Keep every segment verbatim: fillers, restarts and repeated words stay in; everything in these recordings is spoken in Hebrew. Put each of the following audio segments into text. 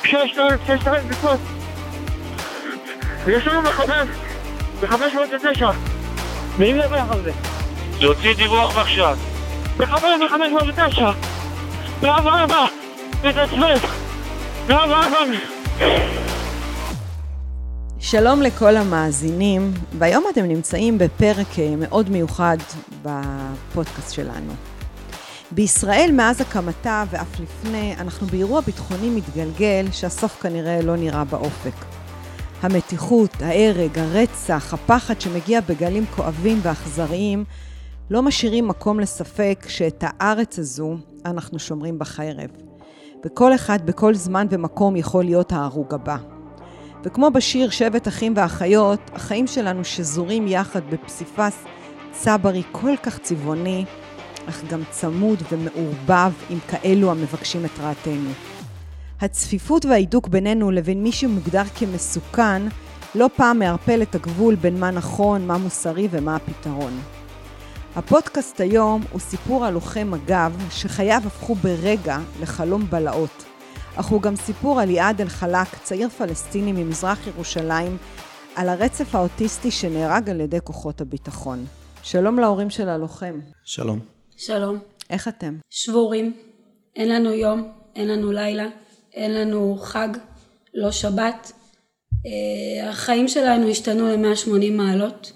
שש שתיים, שש שתיים, לקפוץ. יש לנו מחבל, בחמש מאות ותשע. ואם לדווח על זה? להוציא דיווח עכשיו. מחבל בחמש מאות ותשע. בארבע ארבע, מתעצבן. בארבע ארבע. שלום לכל המאזינים, והיום אתם נמצאים בפרק מאוד מיוחד בפודקאסט שלנו. בישראל מאז הקמתה ואף לפני, אנחנו באירוע ביטחוני מתגלגל שהסוף כנראה לא נראה באופק. המתיחות, ההרג, הרצח, הפחד שמגיע בגלים כואבים ואכזריים, לא משאירים מקום לספק שאת הארץ הזו אנחנו שומרים בחרב. וכל אחד בכל זמן ומקום יכול להיות ההרוג הבא. וכמו בשיר שבט אחים ואחיות, החיים שלנו שזורים יחד בפסיפס צברי כל כך צבעוני, אך גם צמוד ומעורבב עם כאלו המבקשים את רעתנו. הצפיפות וההידוק בינינו לבין מי שמוגדר כמסוכן, לא פעם מערפל את הגבול בין מה נכון, מה מוסרי ומה הפתרון. הפודקאסט היום הוא סיפור על לוחם מג"ב שחייו הפכו ברגע לחלום בלעות. אך הוא גם סיפור על יעד אל-חלק, צעיר פלסטיני ממזרח ירושלים, על הרצף האוטיסטי שנהרג על ידי כוחות הביטחון. שלום להורים של הלוחם. שלום. שלום. איך אתם? שבורים. אין לנו יום, אין לנו לילה, אין לנו חג, לא שבת. החיים שלנו השתנו ל-מאה ושמונים מעלות.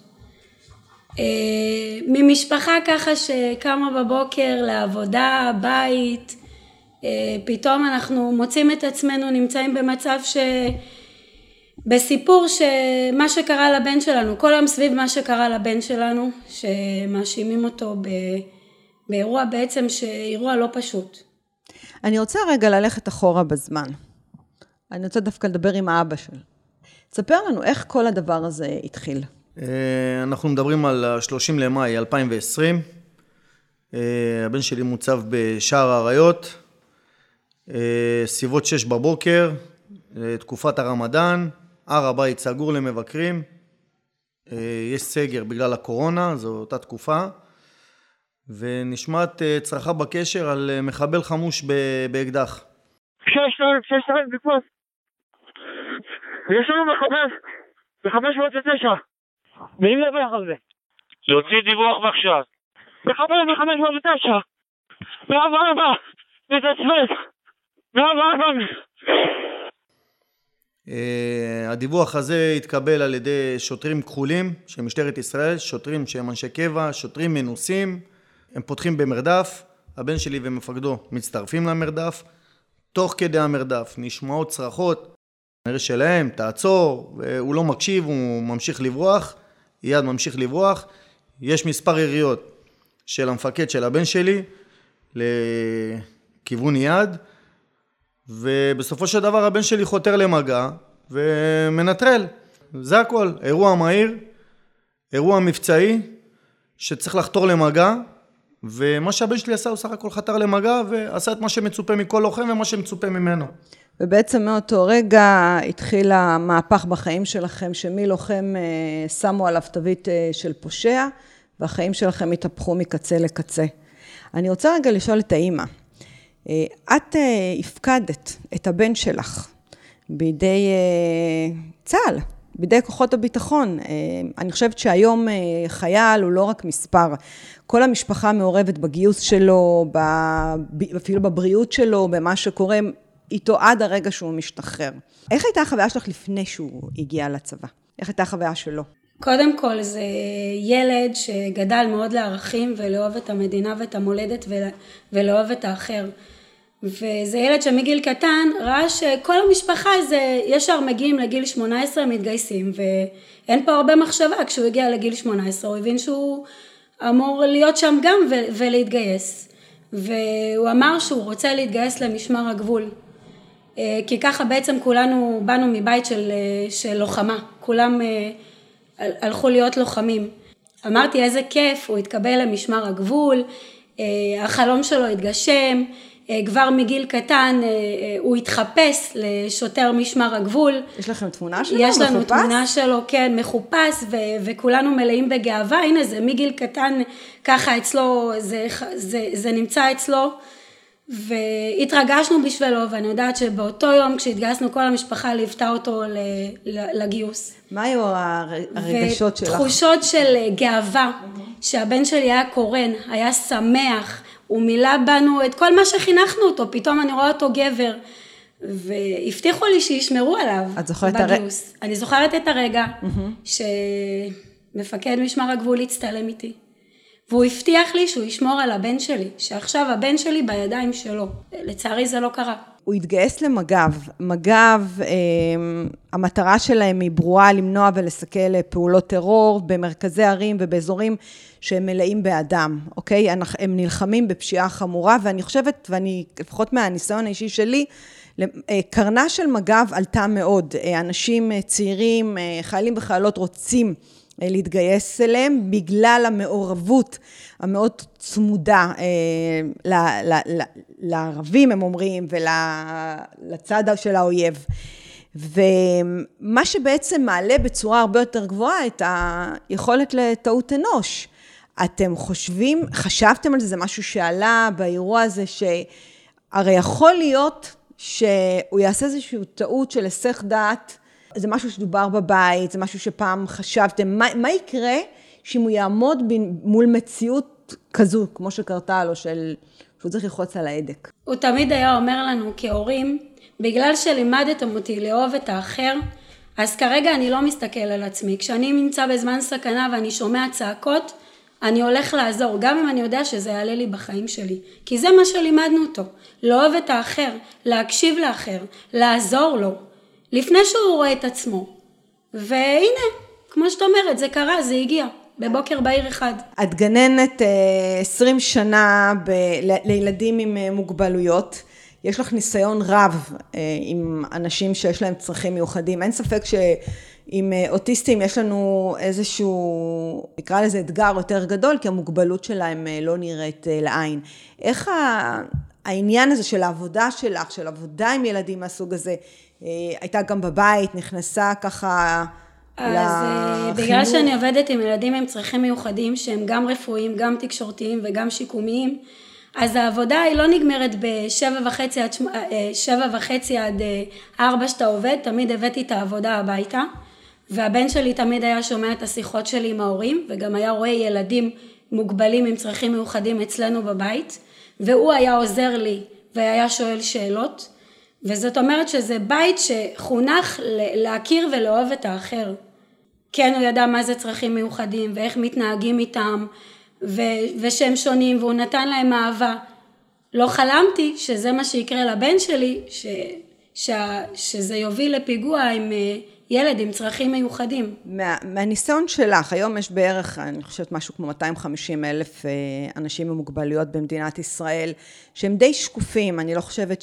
ממשפחה ככה שקמה בבוקר לעבודה, בית, פתאום אנחנו מוצאים את עצמנו נמצאים במצב ש... בסיפור שמה שקרה לבן שלנו, כל היום סביב מה שקרה לבן שלנו, שמאשימים אותו ב... באירוע בעצם שאירוע לא פשוט. אני רוצה רגע ללכת אחורה בזמן. אני רוצה דווקא לדבר עם האבא של. תספר לנו איך כל הדבר הזה התחיל. אנחנו מדברים על שלושים למאי אלפיים ועשרים. הבן שלי מוצב בשער האריות. סביבות שש בבוקר, תקופת הרמדאן, הר הבית סגור למבקרים, יש סגר בגלל הקורונה, זו אותה תקופה, ונשמעת צרחה בקשר על מחבל חמוש באקדח. שש שתיים, שש שתיים, לקפוץ. יש לנו מחבל בחמש מאות ותשע. ואם לדווח על זה? להוציא דיווח עכשיו. מחבל בחמש מאות ותשע. בארבע ארבע, מתעצבן. הדיווח הזה התקבל על ידי שוטרים כחולים של משטרת ישראל, שוטרים שהם אנשי קבע, שוטרים מנוסים, הם פותחים במרדף, הבן שלי ומפקדו מצטרפים למרדף, תוך כדי המרדף נשמעות צרחות, נראה שלהם, תעצור, והוא לא מקשיב, הוא ממשיך לברוח, יד ממשיך לברוח, יש מספר יריות של המפקד של הבן שלי לכיוון יד, ובסופו של דבר הבן שלי חותר למגע ומנטרל. זה הכל, אירוע מהיר, אירוע מבצעי שצריך לחתור למגע, ומה שהבן שלי עשה הוא סך הכל חתר למגע ועשה את מה שמצופה מכל לוחם ומה שמצופה ממנו. ובעצם מאותו רגע התחיל המהפך בחיים שלכם, שמי לוחם שמו עליו תווית של פושע, והחיים שלכם התהפכו מקצה לקצה. אני רוצה רגע לשאול את האמא, את הפקדת את הבן שלך בידי צה"ל, בידי כוחות הביטחון. אני חושבת שהיום חייל הוא לא רק מספר, כל המשפחה מעורבת בגיוס שלו, אפילו בבריאות שלו, במה שקורה איתו עד הרגע שהוא משתחרר. איך הייתה החוויה שלך לפני שהוא הגיע לצבא? איך הייתה החוויה שלו? קודם כל זה ילד שגדל מאוד לערכים ולאהוב את המדינה ואת המולדת ולאהוב את האחר. וזה ילד שמגיל קטן ראה שכל המשפחה זה ישר מגיעים לגיל שמונה עשרה מתגייסים, ואין פה הרבה מחשבה. כשהוא הגיע לגיל שמונה עשרה הוא הבין שהוא אמור להיות שם גם ולהתגייס, והוא אמר שהוא רוצה להתגייס למשמר הגבול, כי ככה בעצם כולנו באנו מבית של, של לוחמה, כולם הלכו להיות לוחמים. אמרתי איזה כיף, הוא התקבל למשמר הגבול, החלום שלו התגשם, כבר מגיל קטן הוא התחפש לשוטר משמר הגבול. יש לכם תמונה שלו? יש לנו מחופש? תמונה שלו, כן, מחופש, ו- וכולנו מלאים בגאווה. הנה זה מגיל קטן ככה אצלו, זה, זה, זה נמצא אצלו, והתרגשנו בשבילו, ואני יודעת שבאותו יום כשהתגייסנו כל המשפחה ליוותה אותו לגיוס. מה היו הרגשות שלך? ותחושות של גאווה, שהבן שלי היה קורן, היה שמח, הוא מילא בנו את כל מה שחינכנו אותו, פתאום אני רואה אותו גבר, והבטיחו לי שישמרו עליו בגיוס. הר... אני זוכרת את הרגע mm-hmm. שמפקד משמר הגבול הצטלם איתי, והוא הבטיח לי שהוא ישמור על הבן שלי, שעכשיו הבן שלי בידיים שלו. לצערי זה לא קרה. הוא התגייס למג"ב. מג"ב, אה, המטרה שלהם היא ברורה, למנוע ולסכל פעולות טרור במרכזי ערים ובאזורים שהם מלאים באדם, אוקיי? הם נלחמים בפשיעה חמורה, ואני חושבת, ואני לפחות מהניסיון האישי שלי, קרנה של מג"ב עלתה מאוד. אנשים צעירים, חיילים וחיילות רוצים להתגייס אליהם, בגלל המעורבות המאוד צמודה לערבים, הם אומרים, ולצד של האויב. ומה שבעצם מעלה בצורה הרבה יותר גבוהה את היכולת לטעות אנוש. אתם חושבים, חשבתם על זה, זה משהו שעלה באירוע הזה, שהרי יכול להיות שהוא יעשה איזושהי טעות של היסח דעת, זה משהו שדובר בבית, זה משהו שפעם חשבתם, מה, מה יקרה שאם הוא יעמוד מול מציאות כזו, כמו שקרתה לו, של, שהוא צריך ללחוץ על ההדק? הוא תמיד היה אומר לנו כהורים, בגלל שלימדתם אותי לאהוב את האחר, אז כרגע אני לא מסתכל על עצמי. כשאני נמצא בזמן סכנה ואני שומע צעקות, אני הולך לעזור, גם אם אני יודע שזה יעלה לי בחיים שלי. כי זה מה שלימדנו אותו, לאהוב את האחר, להקשיב לאחר, לעזור לו. לפני שהוא רואה את עצמו. והנה, כמו שאת אומרת, זה קרה, זה הגיע, בבוקר בעיר אחד. את גננת עשרים שנה ב- לילדים עם מוגבלויות, יש לך ניסיון רב עם אנשים שיש להם צרכים מיוחדים, אין ספק שעם אוטיסטים יש לנו איזשהו, נקרא לזה אתגר יותר גדול, כי המוגבלות שלהם לא נראית לעין. איך העניין הזה של העבודה שלך, של עבודה עם ילדים מהסוג הזה, הייתה גם בבית, נכנסה ככה אז לחינוך. בגלל שאני עובדת עם ילדים עם צרכים מיוחדים, שהם גם רפואיים, גם תקשורתיים וגם שיקומיים, אז העבודה היא לא נגמרת בשבע וחצי עד, שבע וחצי עד ארבע שאתה עובד, תמיד הבאתי את העבודה הביתה, והבן שלי תמיד היה שומע את השיחות שלי עם ההורים, וגם היה רואה ילדים מוגבלים עם צרכים מיוחדים אצלנו בבית, והוא היה עוזר לי והיה שואל שאלות, וזאת אומרת שזה בית שחונך להכיר ולאהוב את האחר. כן, הוא ידע מה זה צרכים מיוחדים ואיך מתנהגים איתם, ו- ושהם שונים, והוא נתן להם אהבה. לא חלמתי שזה מה שיקרה לבן שלי, ש- ש- שזה יוביל לפיגוע עם ילד עם צרכים מיוחדים. מה, מהניסיון שלך, היום יש בערך, אני חושבת משהו כמו מאתיים וחמישים אלף אנשים עם מוגבלויות במדינת ישראל, שהם די שקופים. אני לא חושבת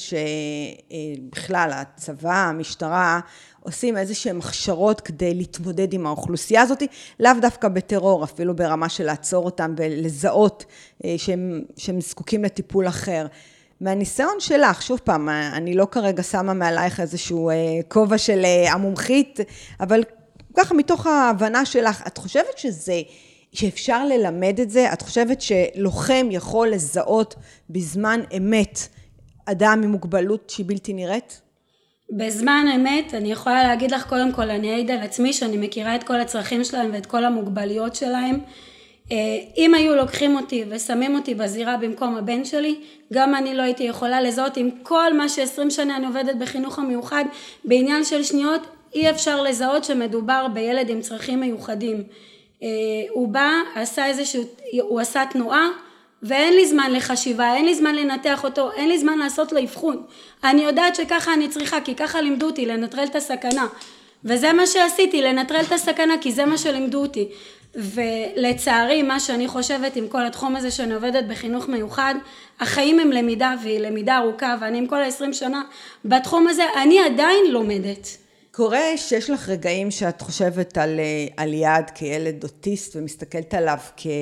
שבכלל הצבא, המשטרה, עושים איזשהם הכשרות כדי להתמודד עם האוכלוסייה הזאת, לאו דווקא בטרור, אפילו ברמה של לעצור אותם ולזהות שהם, שהם זקוקים לטיפול אחר. מהניסיון שלך, שוב פעם, אני לא כרגע שמה מעלייך איזשהו כובע של המומחית, אבל ככה מתוך ההבנה שלך, את חושבת שזה, שאפשר ללמד את זה? את חושבת שלוחם יכול לזהות בזמן אמת אדם עם מוגבלות שהיא בלתי נראית? בזמן אמת, אני יכולה להגיד לך קודם כל, אני אעיד על עצמי שאני מכירה את כל הצרכים שלהם ואת כל המוגבליות שלהם. אם היו לוקחים אותי ושמים אותי בזירה במקום הבן שלי, גם אני לא הייתי יכולה לזהות עם כל מה ש-עשרים שנה אני עובדת בחינוך המיוחד, בעניין של שניות אי אפשר לזהות שמדובר בילד עם צרכים מיוחדים. הוא בא, עשה איזשהו, הוא עשה תנועה, ואין לי זמן לחשיבה, אין לי זמן לנתח אותו, אין לי זמן לעשות לו אבחון. אני יודעת שככה אני צריכה, כי ככה לימדו אותי לנטרל את הסכנה. וזה מה שעשיתי, לנטרל את הסכנה, כי זה מה שלימדו אותי. ולצערי, מה שאני חושבת עם כל התחום הזה שאני עובדת בחינוך מיוחד, החיים הם למידה והיא למידה ארוכה, ואני עם כל ה-עשרים שנה בתחום הזה, אני עדיין לומדת. קורה שיש לך רגעים שאת חושבת על, על יד כילד אוטיסט ומסתכלת עליו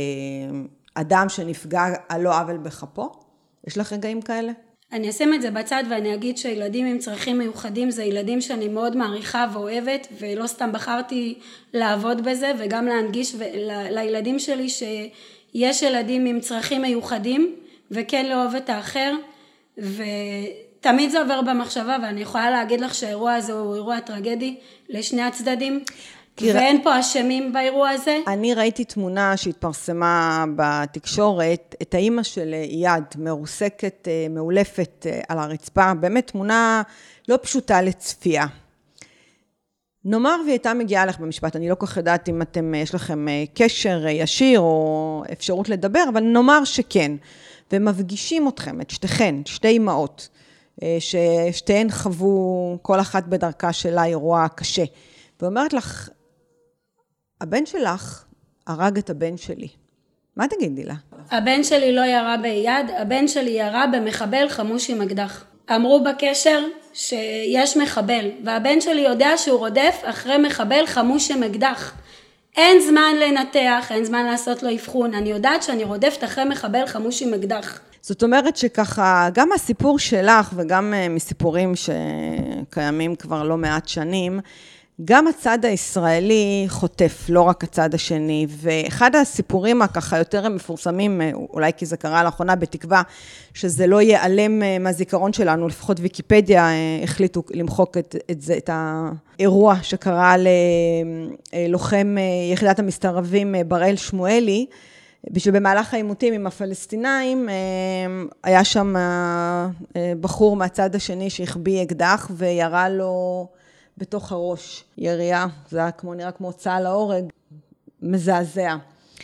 כאדם שנפגע על לא עוול בכפו? יש לך רגעים כאלה? אני אשים את זה בצד ואני אגיד שילדים עם צרכים מיוחדים זה ילדים שאני מאוד מעריכה ואוהבת, ולא סתם בחרתי לעבוד בזה וגם להנגיש ל- לילדים שלי שיש ילדים עם צרכים מיוחדים וכן לאהוב את האחר, ותמיד זה עובר במחשבה, ואני יכולה להגיד לך שהאירוע הזה הוא אירוע טרגדי לשני הצדדים, ואין פה אשמים באירוע הזה. אני ראיתי תמונה שהתפרסמה בתקשורת, את האימא של יד, מרוסקת, מעולפת על הרצפה, באמת תמונה לא פשוטה לצפייה. נאמר והיא הייתה מגיעה לך במשפט, אני לא כל כך יודעת אם אתם, יש לכם קשר ישיר או אפשרות לדבר, אבל נאמר שכן, ומפגישים אתכם, את שתיכן, שתי אימהות, ששתיהן חוו כל אחת בדרכה שלה אירוע קשה, ואומרת לך, הבן שלך הרג את הבן שלי. מה תגידי לה? הבן שלי לא ירה ביד, הבן שלי ירה במחבל חמוש עם אקדח. אמרו בקשר שיש מחבל, והבן שלי יודע שהוא רודף אחרי מחבל חמוש עם אקדח. אין זמן לנתח, אין זמן לעשות לו אבחון, אני יודעת שאני רודפת אחרי מחבל חמוש עם אקדח. זאת אומרת שככה, גם הסיפור שלך וגם מסיפורים שקיימים כבר לא מעט שנים, גם הצד הישראלי חוטף, לא רק הצד השני, ואחד הסיפורים הככה יותר מפורסמים, אולי כי זה קרה לאחרונה בתקווה, שזה לא ייעלם מהזיכרון שלנו, לפחות ויקיפדיה החליטו למחוק את, את זה, את האירוע שקרה ללוחם יחידת המסתערבים בראל שמואלי, שבמהלך העימותים עם הפלסטינאים, היה שם בחור מהצד השני שהחביא אקדח וירה לו בתוך הראש, ירייה, זה היה כמו, נראה כמו הוצאה להורג, מזעזע.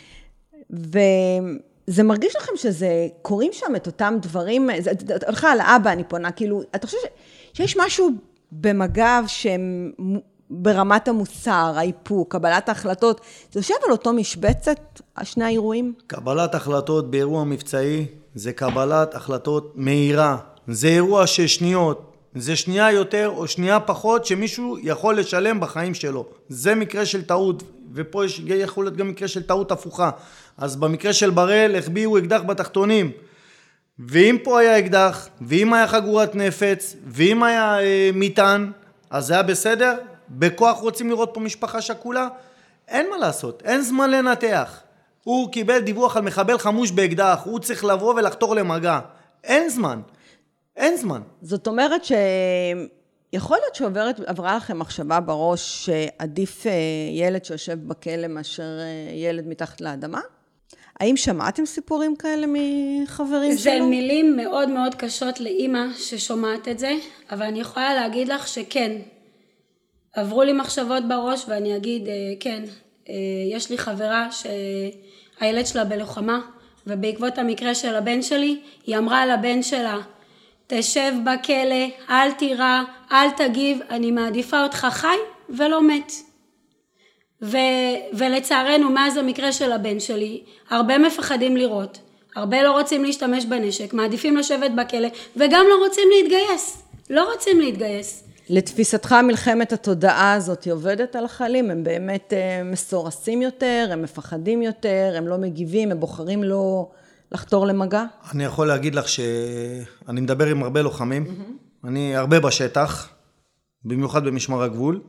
וזה מרגיש לכם שזה, קוראים שם את אותם דברים, הולכה על האבא אני פונה, כאילו, אתה חושב שיש משהו במג"ב שהם ברמת המוסר, האיפוק, קבלת ההחלטות, זה יושב על אותו משבצת, שני האירועים? קבלת החלטות באירוע מבצעי, זה קבלת החלטות מהירה, זה אירוע של שניות, זה שנייה יותר או שנייה פחות שמישהו יכול לשלם בחיים שלו. זה מקרה של טעות, ופה יש, יכול להיות גם מקרה של טעות הפוכה. אז במקרה של בראל החביאו אקדח בתחתונים, ואם פה היה אקדח, ואם היה חגורת נפץ, ואם היה אה, מיטן, אז זה היה בסדר. בכוח רוצים לראות פה משפחה שכולה, אין מה לעשות, אין זמן לנתח. הוא קיבל דיווח על מחבל חמוש באקדח, הוא צריך לבוא ולחתור למגע. אין זמן. אין זמן. זאת אומרת שיכול להיות שעוברת, עברה לכם מחשבה בראש שעדיף ילד שיושב בכלא מאשר ילד מתחת לאדמה? האם שמעתם סיפורים כאלה מחברים שלו? זה מילים מאוד מאוד קשות לאמא ששומעת את זה, אבל אני יכולה להגיד לך שכן, עברו לי מחשבות בראש ואני אגיד כן, יש לי חברה שהילד שלה בלוחמה, ובעקבות המקרה של הבן שלי, היא אמרה לבן שלה, תשב בכלא, אל תירא, אל תגיב, אני מעדיפה אותך חי ולא מת. ו, ולצערנו, מה זה המקרה של הבן שלי? הרבה מפחדים לראות, הרבה לא רוצים להשתמש בנשק, מעדיפים לשבת בכלא, וגם לא רוצים להתגייס, לא רוצים להתגייס. לתפיסתך מלחמת התודעה הזאת היא עובדת על החיילים, הם באמת מסורסים יותר, הם מפחדים יותר, הם לא מגיבים, הם בוחרים לא לחתור למגע? אני יכול להגיד לך שאני מדבר עם הרבה לוחמים, mm-hmm. אני הרבה בשטח, במיוחד במשמר הגבול,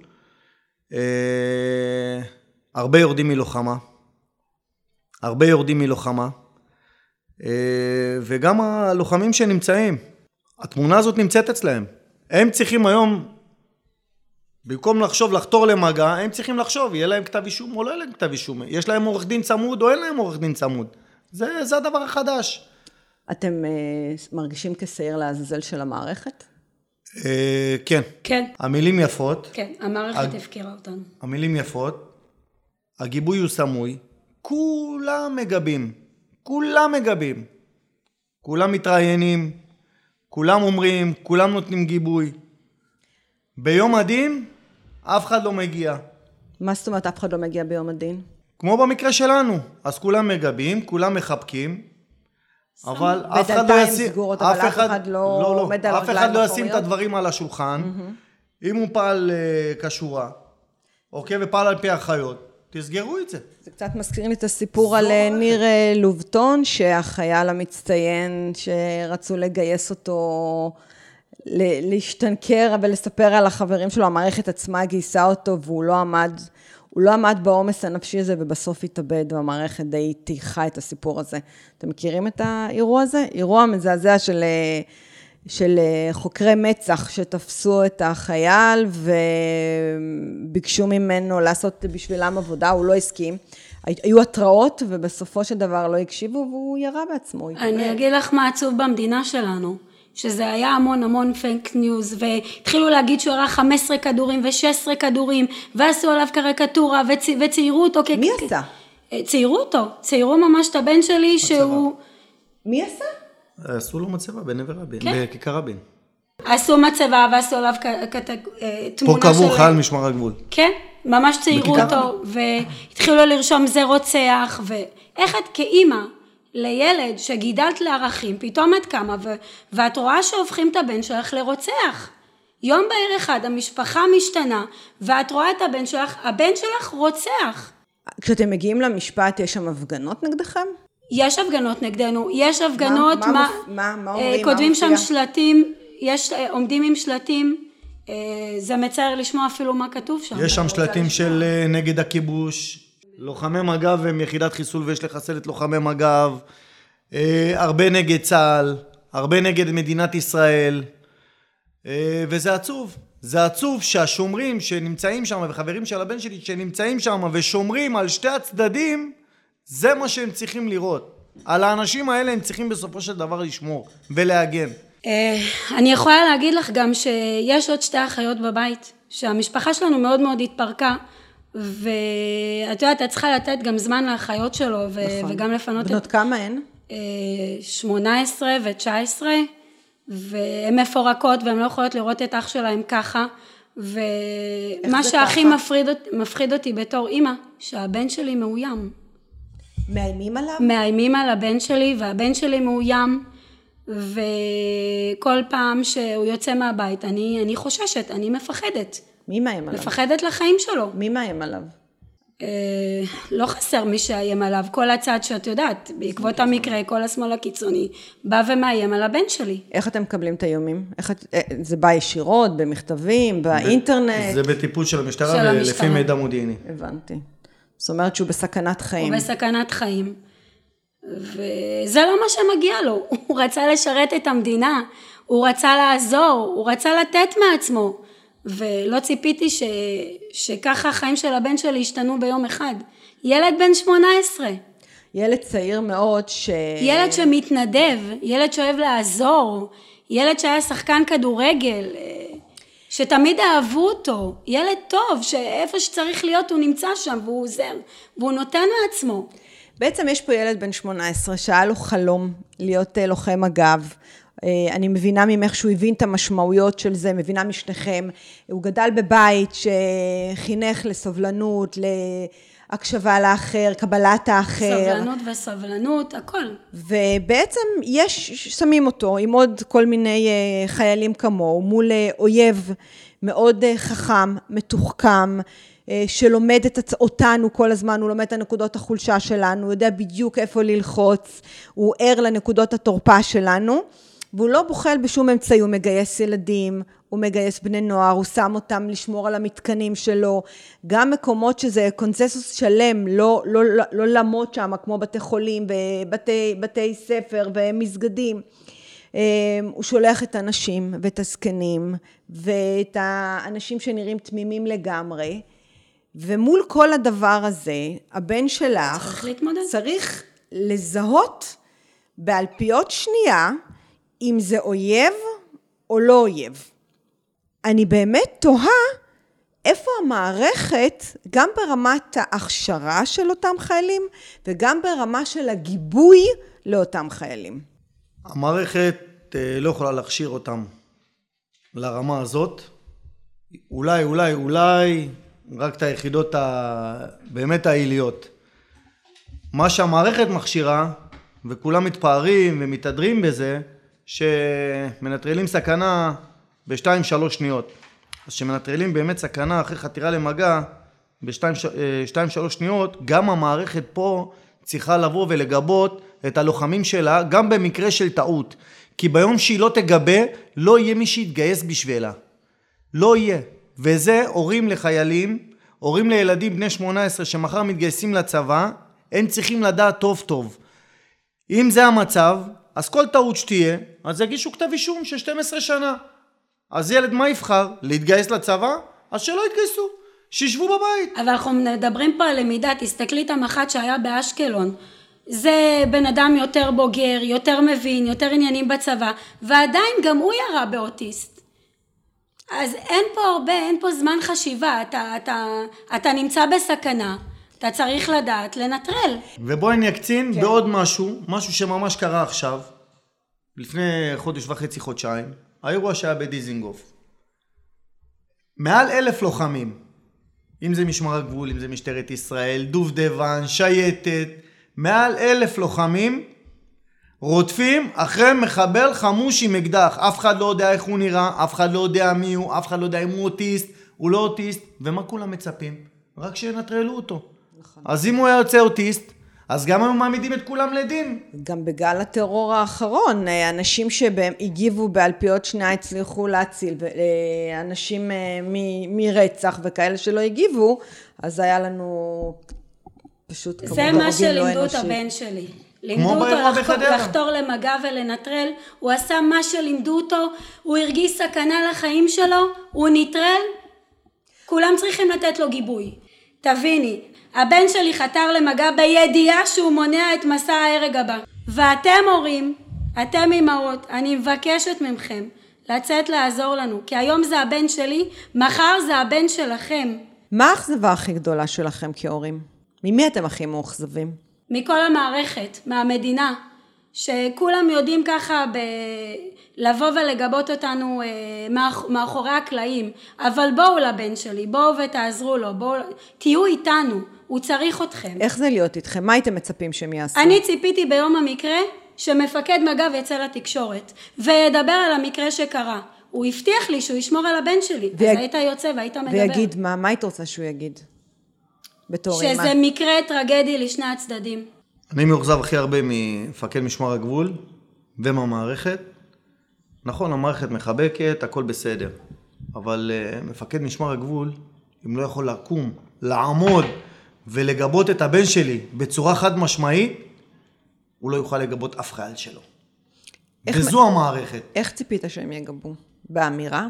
אה, הרבה יורדים מלוחמה, הרבה יורדים מלוחמה, אה, וגם הלוחמים שנמצאים, התמונה הזאת נמצאת אצלהם. הם צריכים היום, במקום לחשוב לחתור למגע, הם צריכים לחשוב, יהיה להם כתב אישום או לא יהיה להם כתב אישום, יש להם עורך דין צמוד או אין להם עורך דין צמוד. זה, זה הדבר החדש. אתם אה, מרגישים כשעיר לעזאזל של המערכת? אה, כן. כן. המילים יפות. כן, המערכת הפקירה אותנו. המילים יפות, הגיבוי הוא סמוי, כולם מגבים, כולם מגבים, כולם מתראיינים, כולם אומרים, כולם נותנים גיבוי. ביום הדין, אף אחד לא מגיע. מה זאת אומרת, אף אחד לא מגיע ביום הדין? כמו במקרה שלנו, אז כולם מגבים, כולם מחבקים, אבל אף אחד לא ישים, סגורות, אבל אף אחד לא, לא, לא, עומד על אף אחד לא ישים את הדברים על השולחן, mm-hmm. אם הוא פעל uh, כשורה, אוקיי, ופעל על פי החיות, תסגרו את זה. זה קצת מזכיר לי את הסיפור על ניר לובטון, שהחייל המצטיין שרצו לגייס אותו להשתנקר ולספר על החברים שלו, המערכת עצמה גייסה אותו והוא לא עמד, הוא לא עמד בעומס הנפשי הזה ובסוף התאבד, והמערכת די תיחה את הסיפור הזה. אתם מכירים את האירוע הזה? אירוע מזעזע של, של חוקרי מצ"ח שתפסו את החייל וביקשו ממנו לעשות בשבילם עבודה, הוא לא הסכים. היו התראות ובסופו של דבר לא הקשיבו והוא ירה בעצמו. אני אגיד לך מה עצוב במדינה שלנו, שזה היה המון המון פייק ניוז, והתחילו להגיד שהוא ירה חמישה עשר כדורים ו-שש עשרה כדורים, ועשו עליו קריקטורה וצי, וציירו אותו. מי כ... עשה? ציירו אותו, ציירו ממש את הבן שלי מצבה. שהוא... מי עשה? עשו לו מצבה בנבר רבין, כן. בכיכר רבין. עשו מצבה ועשו עליו כ... כ... תמונה פה קבעו של... חייל משמר הגבול. כן, ממש ציירו אותו, והתחילו לרשום זה רוצח, ואיך את כאימא לילד שגידלת לערכים, פתאום את קמה, ו... ואת רואה שהופכים את הבן שלך לרוצח. יום בהיר אחד המשפחה משתנה, ואת רואה את הבן שלך, הבן שלך רוצח. כשאתם מגיעים למשפט, יש שם הפגנות נגדכם? יש הפגנות נגדנו, יש הפגנות, מה, מה, מה, מה אומרים, כותבים מה שם שלטים, יש, עומדים עם שלטים, זה מצער לשמוע אפילו מה כתוב שם. יש שם שלטים של נגד הכיבוש, לוחמי מג"ב הם יחידת חיסול ויש לחסל את לוחמי מג"ב, הרבה נגד צה"ל, הרבה נגד מדינת ישראל, וזה עצוב. זה עצוב שהשומרים שנמצאים שם וחברים של הבן שלי שנמצאים שם ושומרים על שתי הצדדים, זה מה שהם צריכים לראות. על האנשים האלה הם צריכים בסופו של דבר לשמור ולהגן. אני יכולה להגיד לך גם שיש עוד שתי אחיות בבית, שהמשפחה שלנו מאוד מאוד התפרקה, ואת יודעת, את צריכה לתת גם זמן לאחיות שלו וגם לפנות את... בנות כמה הן? שמונה עשרה ותשע עשרה. והן מפורקות והן לא יכולות לראות את אח שלהם ככה, ומה שהכי מפחיד, מפחיד אותי בתור אימא, שהבן שלי מאוים. מאיימים עליו? מאיימים על הבן שלי, והבן שלי מאוים, וכל פעם שהוא יוצא מהבית, אני, אני חוששת, אני מפחדת. מי מאיים עליו? מפחדת לחיים שלו. מי מאיים עליו? אה, לא חסר מי שאיים עליו, כל הצד שאת יודעת, בעקבות המקרה, כל השמאל הקיצוני, בא ומאיים על הבן שלי. איך אתם מקבלים את האיומים? איך, זה בא ישירות, במכתבים, באינטרנט? זה בטיפול של המשטרה ולפי מידע מודיעיני. הבנתי. זאת אומרת שהוא בסכנת חיים. הוא בסכנת חיים. וזה לא מה שמגיע לו. הוא רצה לשרת את המדינה, הוא רצה לעזור, הוא רצה לתת מעצמו. ולא ציפיתי ש... שככה החיים של הבן שלי השתנו ביום אחד. ילד בן שמונה עשרה. ילד צעיר מאוד ש... ילד שמתנדב, ילד שאוהב לעזור, ילד שהיה שחקן כדורגל, שתמיד אהבו אותו, ילד טוב, שאיפה שצריך להיות הוא נמצא שם והוא עוזר, והוא נותן מעצמו. בעצם יש פה ילד בן שמונה עשרה שהיה לו חלום להיות לוחם מג"ב, אני מבינה ממך שהוא הבין את המשמעויות של זה, מבינה משניכם, הוא גדל בבית שחינך לסובלנות, להקשבה לאחר, קבלת האחר. סבלנות וסבלנות, הכל. ובעצם יש, שמים אותו עם עוד כל מיני חיילים כמוהו, מול אויב מאוד חכם, מתוחכם, שלומד את אותנו כל הזמן, הוא לומד את הנקודות החולשה שלנו, הוא יודע בדיוק איפה ללחוץ, הוא ער לנקודות התורפה שלנו, והוא לא בוחל בשום אמצעי, הוא מגייס ילדים, הוא מגייס בני נוער, הוא שם אותם לשמור על המתקנים שלו, גם מקומות שזה קונצנזוס שלם, לא, לא, לא, לא למות שם, כמו בתי חולים ובתי בתי ספר ומסגדים. הוא שולח את האנשים ואת הזקנים, ואת האנשים שנראים תמימים לגמרי, ומול כל הדבר הזה, הבן שלך צריך להתמודד. צריך לזהות באלפיות שנייה, אם זה אויב או לא אויב. אני באמת תוהה איפה המערכת, גם ברמת ההכשרה של אותם חיילים, וגם ברמה של הגיבוי לאותם חיילים. המערכת לא יכולה להכשיר אותם לרמה הזאת. אולי, אולי, אולי, רק את היחידות באמת העיליות. מה שהמערכת מכשירה, וכולם מתפארים ומתהדרים בזה, שמנטרלים סכנה בשתיים שלוש שניות. אז שמנטרלים באמת סכנה אחרי חתירה למגע בשתיים שלוש שניות, גם המערכת פה צריכה לבוא ולגבות את הלוחמים שלה, גם במקרה של טעות. כי ביום שהיא לא תגבה, לא יהיה מי שיתגייס בשבילה. לא יהיה. וזה הורים לחיילים, הורים לילדים בני שמונה עשרה שמחר מתגייסים לצבא, הם צריכים לדעת טוב טוב. אם זה המצב, אז כל טעות שתהיה, אז יגישו כתב אישום של שתים עשרה שנה. אז ילד מה יבחר? להתגייס לצבא? אז שלא יתגייסו, שישבו בבית. אבל אנחנו מדברים פה על למידה, תסתכלי את המח"ט שהיה באשקלון. זה בן אדם יותר בוגר, יותר מבין, יותר עניינים בצבא, ועדיין גם הוא ירה באוטיסט. אז אין פה הרבה, אין פה זמן חשיבה, אתה, אתה, אתה נמצא בסכנה, אתה צריך לדעת, לנטרל. ובואי אני אקצין כן. בעוד משהו, משהו שממש קרה עכשיו, לפני חודש וחצי, חודשיים, האירוע שהיה בדיזינגוף. מעל אלף לוחמים, אם זה משמר הגבול, אם זה משטרת ישראל, דובדבן, שייטת, מעל אלף לוחמים רודפים אחרי מחבל חמוש עם אקדח. אף אחד לא יודע איך הוא נראה, אף אחד לא יודע מי הוא, אף אחד לא יודע אם הוא אוטיסט, הוא לא אוטיסט, ומה כולם מצפים? רק שינטרלו אותו. נכון. אז אם הוא היה יוצא אוטיסט, אז גם הם מעמידים את כולם לדין. גם בגל הטרור האחרון, אנשים שהגיבו באלפיות שנייה הצליחו להציל, אנשים מרצח וכאלה שלא הגיבו, אז היה לנו פשוט כמות זה מה שלימדו את הבן שלי. לימדו אותו לחתור, לחתור למגע ולנטרל, הוא עשה מה שלימדו אותו, הוא הרגיש סכנה לחיים שלו, הוא נטרל, כולם צריכים לתת לו גיבוי. תביני, הבן שלי חתר למגע בידיעה שהוא מונע את מסע ההרג הבא. ואתם הורים, אתם אמהות, אני מבקשת ממכם לצאת לעזור לנו, כי היום זה הבן שלי, מחר זה הבן שלכם. מה האכזבה הכי גדולה שלכם כהורים? ממי אתם הכי מאוכזבים? מכל המערכת, מהמדינה, שכולם יודעים ככה ב... לבוא ולגבות אותנו אה, מאחורי הקלעים, אבל בואו לבן שלי, בואו ותעזרו לו, בואו, תהיו איתנו, הוא צריך אתכם. איך זה להיות איתכם? מה הייתם מצפים שהם יעשו? אני ציפיתי ביום המקרה שמפקד מג"ב יצא לתקשורת, וידבר על המקרה שקרה. הוא הבטיח לי שהוא ישמור על הבן שלי, ויג... אז היית יוצא והיית מדבר. ויגיד מה? מה היית רוצה שהוא יגיד? בתור אימא. שזה מקרה טרגדי לשני הצדדים. אני מאוכזב הכי הרבה מפקד משמר הגבול ומהמערכת. נכון, המערכת מחבקת, הכל בסדר. אבל uh, מפקד משמר הגבול, אם לא יכול לקום, לעמוד ולגבות את הבן שלי בצורה חד משמעית, הוא לא יוכל לגבות אף חייל שלו. וזו מ... המערכת. איך ציפית שהם יגבו? באמירה?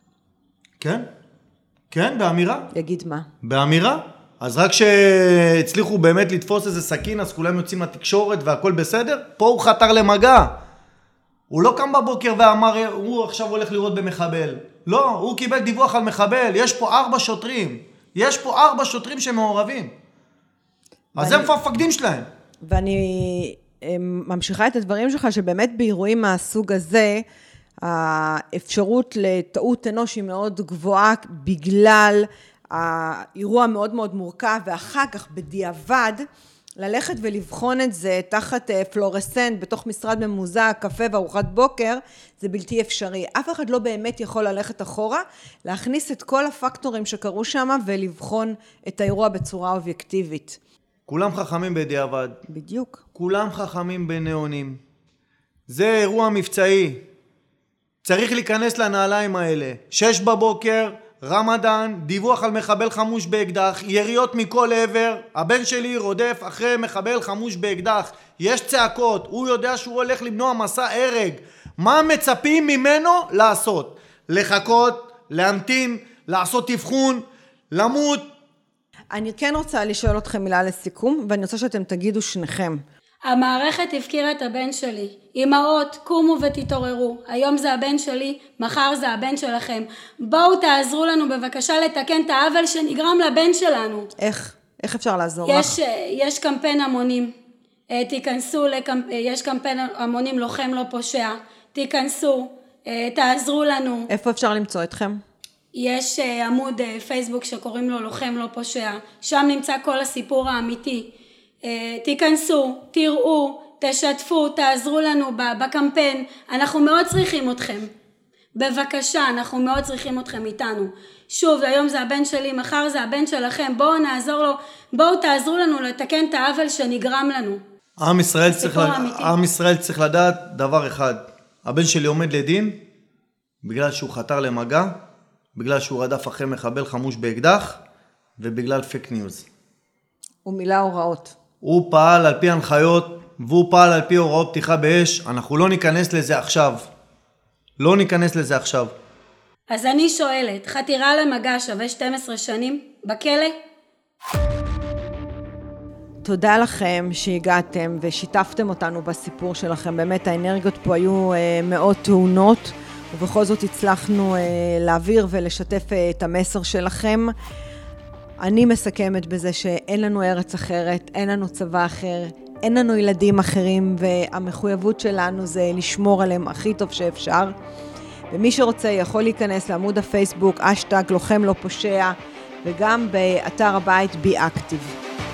כן, כן, באמירה. יגיד מה? באמירה. אז רק שהצליחו באמת לתפוס איזה סכין, אז כולם יוצאים לתקשורת והכל בסדר, פה הוא חתר למגע. הוא לא קם בבוקר ואמר, הוא עכשיו הולך לראות במחבל. לא, הוא קיבל דיווח על מחבל. יש פה ארבע שוטרים. יש פה ארבע שוטרים שמעורבים. אז הם מפקדים שלהם. ואני ממשיכה את הדברים שלך, שבאמת באירועים מהסוג הזה, האפשרות לטעות אנוש היא מאוד גבוהה, בגלל האירוע מאוד מאוד מורכב, ואחר כך בדיעבד, ללכת ולבחון את זה תחת פלורסנט בתוך משרד ממוזג, קפה וארוחת בוקר, זה בלתי אפשרי. אף אחד לא באמת יכול ללכת אחורה, להכניס את כל הפקטורים שקרו שם ולבחון את האירוע בצורה אובייקטיבית. כולם חכמים בדיעבד. בדיוק. כולם חכמים בנאונים. זה אירוע מבצעי. צריך להיכנס לנעליים האלה. שש בבוקר, רמדאן, דיווח על מחבל חמוש באקדח, יריות מכל עבר, הבן שלי רודף אחרי מחבל חמוש באקדח, יש צעקות, הוא יודע שהוא הולך למנוע מסע הרג. מה מצפים ממנו לעשות? לחכות, להמתין, לעשות תבחון, למות? אני כן רוצה לשאול אתכם מילה לסיכום, ואני רוצה שאתם תגידו שניכם. המערכת הפקירה את הבן שלי. אמהות, קומו ותתעוררו. היום זה הבן שלי, מחר זה הבן שלכם. בואו תעזרו לנו בבקשה לתקן את העוול שנגרם לבן שלנו. איך? איך אפשר לעזור יש, לך? יש קמפיין המונים. תיכנסו, לקמפ... יש קמפיין המונים לוחם לא פושע. תיכנסו, תעזרו לנו. איפה אפשר למצוא אתכם? יש עמוד פייסבוק שקוראים לו לוחם לא פושע. שם נמצא כל הסיפור האמיתי. תיכנסו, תראו, תשתפו, תעזרו לנו בקמפיין, אנחנו מאוד צריכים אתכם. בבקשה, אנחנו מאוד צריכים אתכם איתנו. שוב, היום זה הבן שלי, מחר זה הבן שלכם, בואו נעזור לו, בואו תעזרו לנו לתקן את העוול שנגרם לנו. עם ישראל צריך, לד... עם ישראל צריך לדעת דבר אחד, הבן שלי עומד לדין, בגלל שהוא חתר למגע, בגלל שהוא רדף אחרי מחבל חמוש באקדח, ובגלל פייק ניוז. הוא מילא הוראות. הוא פעל על פי הנחיות והוא פעל על פי הוראות פתיחה באש, אנחנו לא ניכנס לזה עכשיו. לא ניכנס לזה עכשיו. אז אני שואלת, חתירה למגע שווה שתים עשרה שנים בכלא? תודה לכם שהגעתם ושיתפתם אותנו בסיפור שלכם. באמת האנרגיות פה היו אה, מאוד תאונות, ובכל זאת הצלחנו אה, להעביר ולשתף אה, את המסר שלכם. אני מסכמת בזה שאין לנו ארץ אחרת, אין לנו צבא אחר, אין לנו ילדים אחרים, והמחויבות שלנו זה לשמור עליהם הכי טוב שאפשר. ומי שרוצה יכול להיכנס לעמוד הפייסבוק, אשטג לוחם לא פושע, וגם באתר הבית בי אקטיב.